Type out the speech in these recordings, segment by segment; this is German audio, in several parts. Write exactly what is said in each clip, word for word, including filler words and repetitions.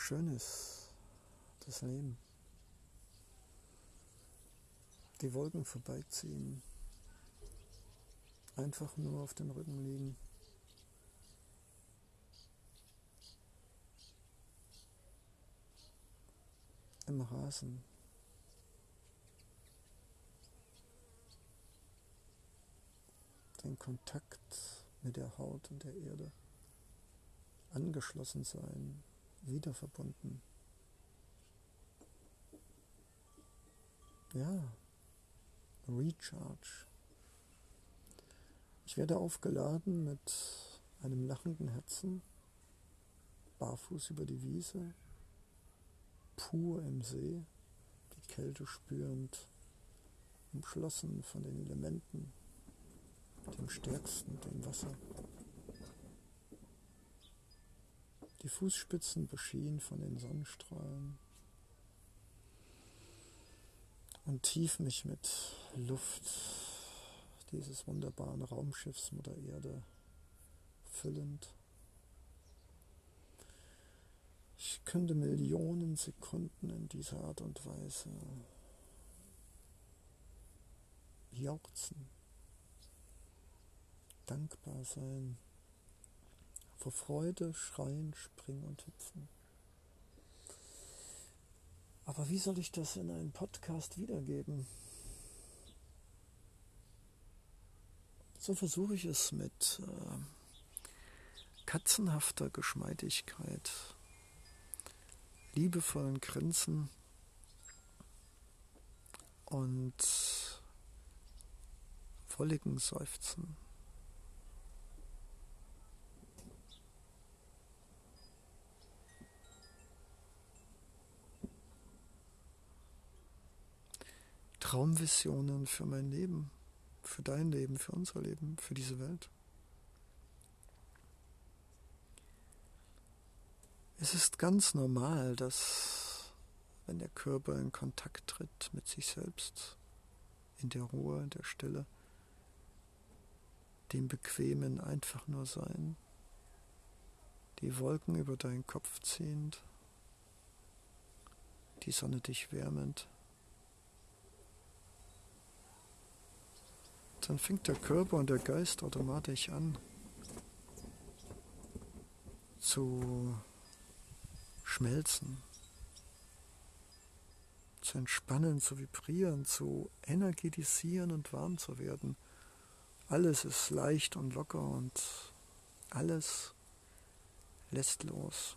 schön ist, das Leben. Die Wolken vorbeiziehen, einfach nur auf dem Rücken liegen. Im Rasen. Den Kontakt mit der Haut und der Erde. Angeschlossen sein, wieder verbunden. Ja, Recharge. Ich werde aufgeladen mit einem lachenden Herzen, barfuß über die Wiese, pur im See, die Kälte spürend, umschlossen von den Elementen, dem Stärksten, dem Wasser. Die Fußspitzen beschienen von den Sonnenstrahlen und tief mich mit Luft dieses wunderbaren Raumschiffs Mutter Erde füllend. Ich könnte Millionen Sekunden in dieser Art und Weise jauchzen, dankbar sein, vor Freude schreien, springen und hüpfen. Aber wie soll ich das in einem Podcast wiedergeben? So versuche ich es mit äh, katzenhafter Geschmeidigkeit, liebevollen Grinsen und wolligen Seufzen. Traumvisionen für mein Leben, für dein Leben, für unser Leben, für diese Welt. Es ist ganz normal, dass, wenn der Körper in Kontakt tritt mit sich selbst, in der Ruhe, in der Stille, dem bequemen einfach nur sein, die Wolken über deinen Kopf ziehend, die Sonne dich wärmend, dann fängt der Körper und der Geist automatisch an zu schmelzen, zu entspannen, zu vibrieren, zu energetisieren und warm zu werden. Alles ist leicht und locker und alles lässt los.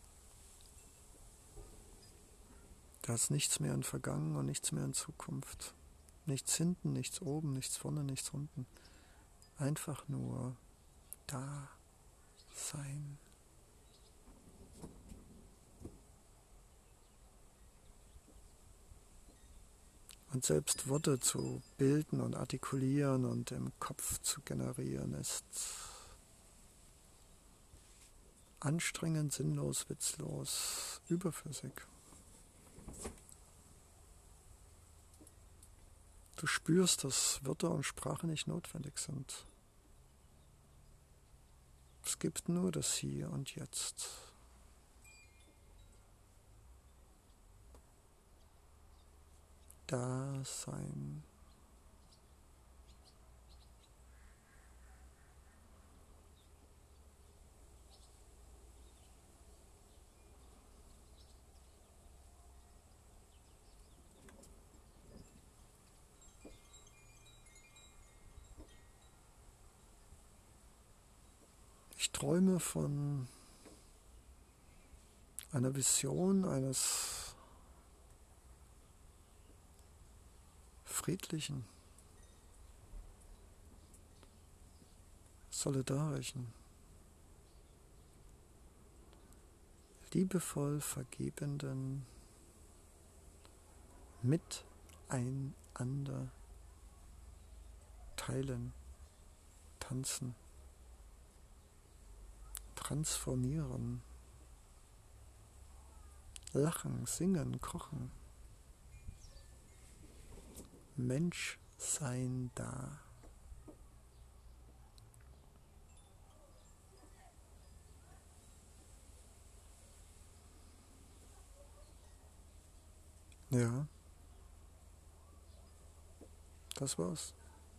Da ist nichts mehr in Vergangen und nichts mehr in Zukunft. Nichts hinten, nichts oben, nichts vorne, nichts unten. Einfach nur da sein. Und selbst Worte zu bilden und artikulieren und im Kopf zu generieren, ist anstrengend, sinnlos, witzlos, überflüssig. Du spürst, dass Wörter und Sprache nicht notwendig sind. Es gibt nur das Hier und Jetzt. Dasein. Ich träume von einer Vision eines friedlichen, solidarischen, liebevoll vergebenden Miteinander teilen, tanzen, transformieren, lachen, singen, kochen, Mensch sein da. Ja, das war's.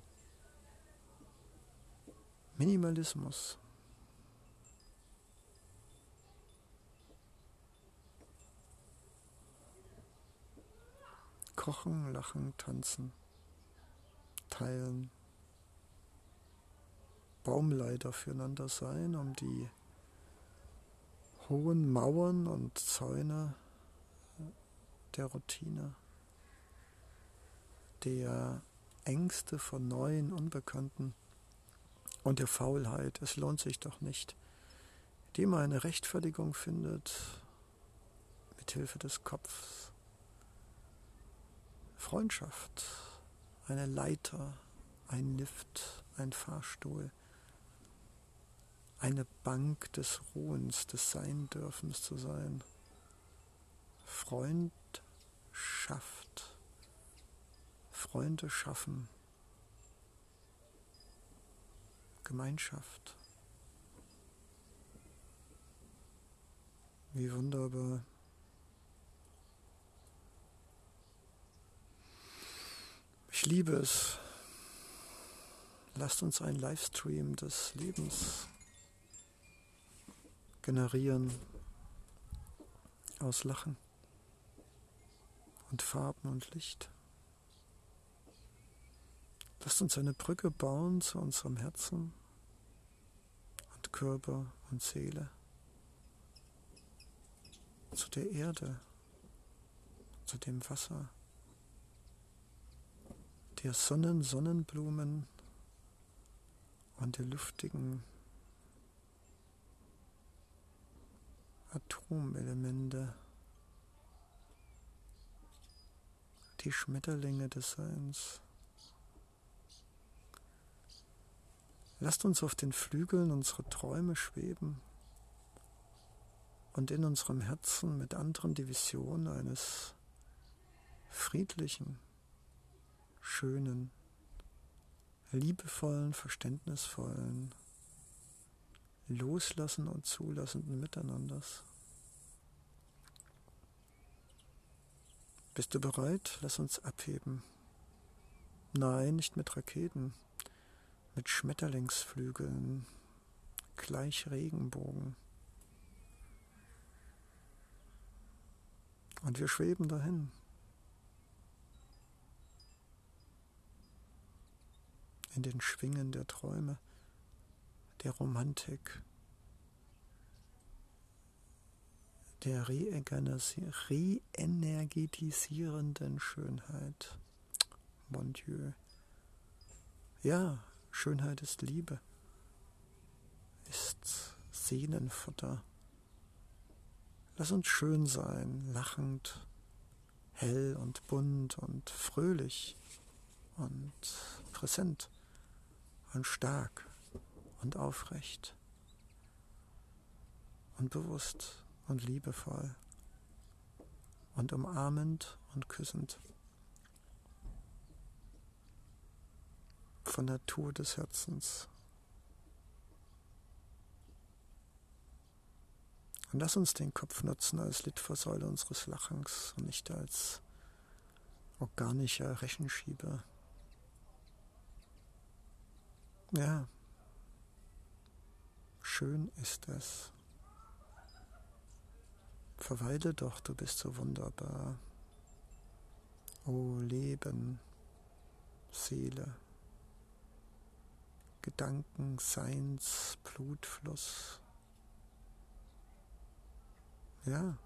Minimalismus. Kochen, lachen, tanzen, teilen, Baumleiter füreinander sein, um die hohen Mauern und Zäune der Routine, der Ängste vor neuen, Unbekannten und der Faulheit, es lohnt sich doch nicht, indem man eine Rechtfertigung findet, mit Hilfe des Kopfs. Freundschaft, eine Leiter, ein Lift, ein Fahrstuhl, eine Bank des Ruhens, des Sein-Dürfens zu sein. Freundschaft, Freunde schaffen, Gemeinschaft. Wie wunderbar. Ich liebe es. Lasst uns einen Livestream des Lebens generieren aus Lachen und Farben und Licht. Lasst uns eine Brücke bauen zu unserem Herzen und Körper und Seele, zu der Erde, zu dem Wasser, der Sonnen, Sonnenblumen und der luftigen Atomelemente, die Schmetterlinge des Seins. Lasst uns auf den Flügeln unserer Träume schweben und in unserem Herzen mit anderen die Vision eines friedlichen, schönen, liebevollen, verständnisvollen, loslassen und zulassenden Miteinanders. Bist du bereit? Lass uns abheben. Nein, nicht mit Raketen, mit Schmetterlingsflügeln, gleich Regenbogen. Und wir schweben dahin. In den Schwingen der Träume, der Romantik, der reenergetisierenden Schönheit. Mon Dieu. Ja, Schönheit ist Liebe, ist Seelenfutter. Lass uns schön sein, lachend, hell und bunt und fröhlich und präsent und stark und aufrecht und bewusst und liebevoll und umarmend und küssend. Von Natur des Herzens. Und lass uns den Kopf nutzen als Litfaßsäule unseres Lachens und nicht als organischer Rechenschieber. Ja, schön ist es. Verweile doch, du bist so wunderbar. O Leben, Seele, Gedanken, Seins, Blutfluss. Ja,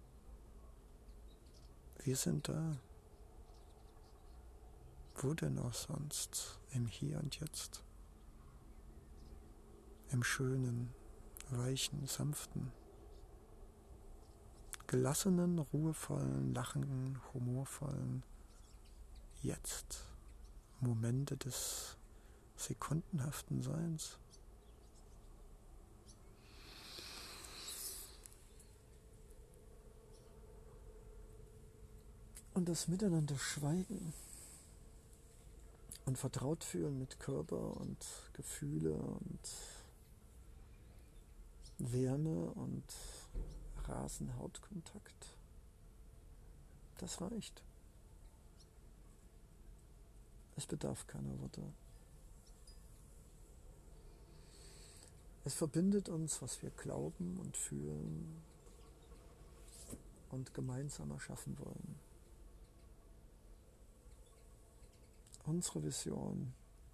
wir sind da. Wo denn auch sonst? Im Hier und Jetzt. Im schönen, weichen, sanften, gelassenen, ruhevollen, lachenden, humorvollen Jetzt. Momente des sekundenhaften Seins. Und das Miteinander schweigen und vertraut fühlen mit Körper und Gefühle und Wärme und Rasenhautkontakt. Das reicht. Es bedarf keiner Worte. Es verbindet uns, was wir glauben und fühlen und gemeinsam erschaffen wollen. Unsere Vision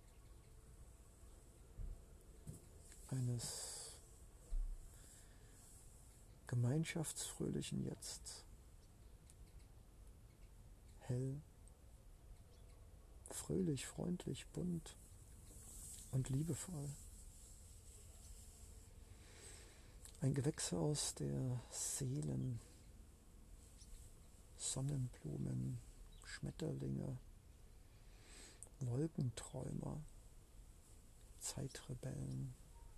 eines gemeinschaftsfröhlichen Jetzt. Hell, fröhlich, freundlich, bunt und liebevoll. Ein Gewächshaus der Seelen, Sonnenblumen, Schmetterlinge, Wolkenträumer, Zeitrebellen.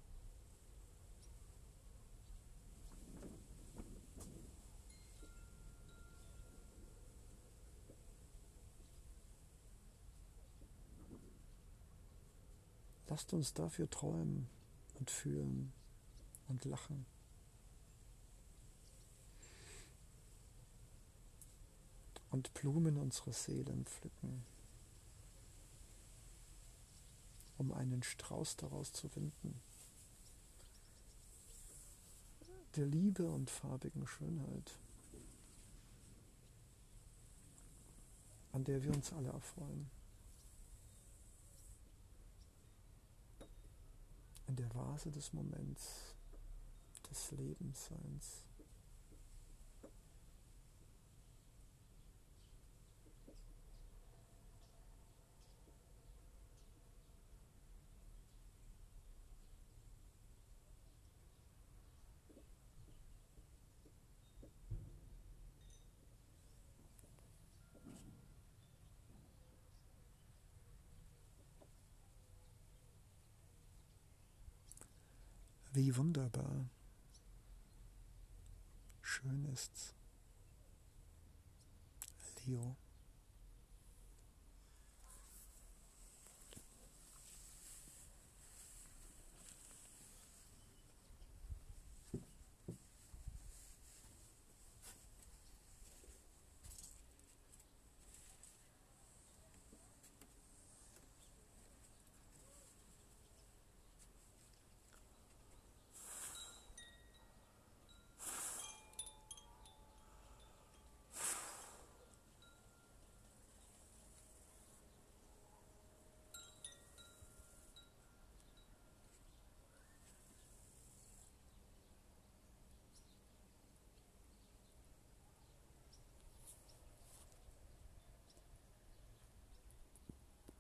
Lasst uns dafür träumen und fühlen und lachen. Und Blumen unserer Seelen pflücken, um einen Strauß daraus zu winden, der Liebe und farbigen Schönheit, an der wir uns alle erfreuen. In der Vase des Moments, des Lebensseins. Wie wunderbar. Schön ist's. Leo.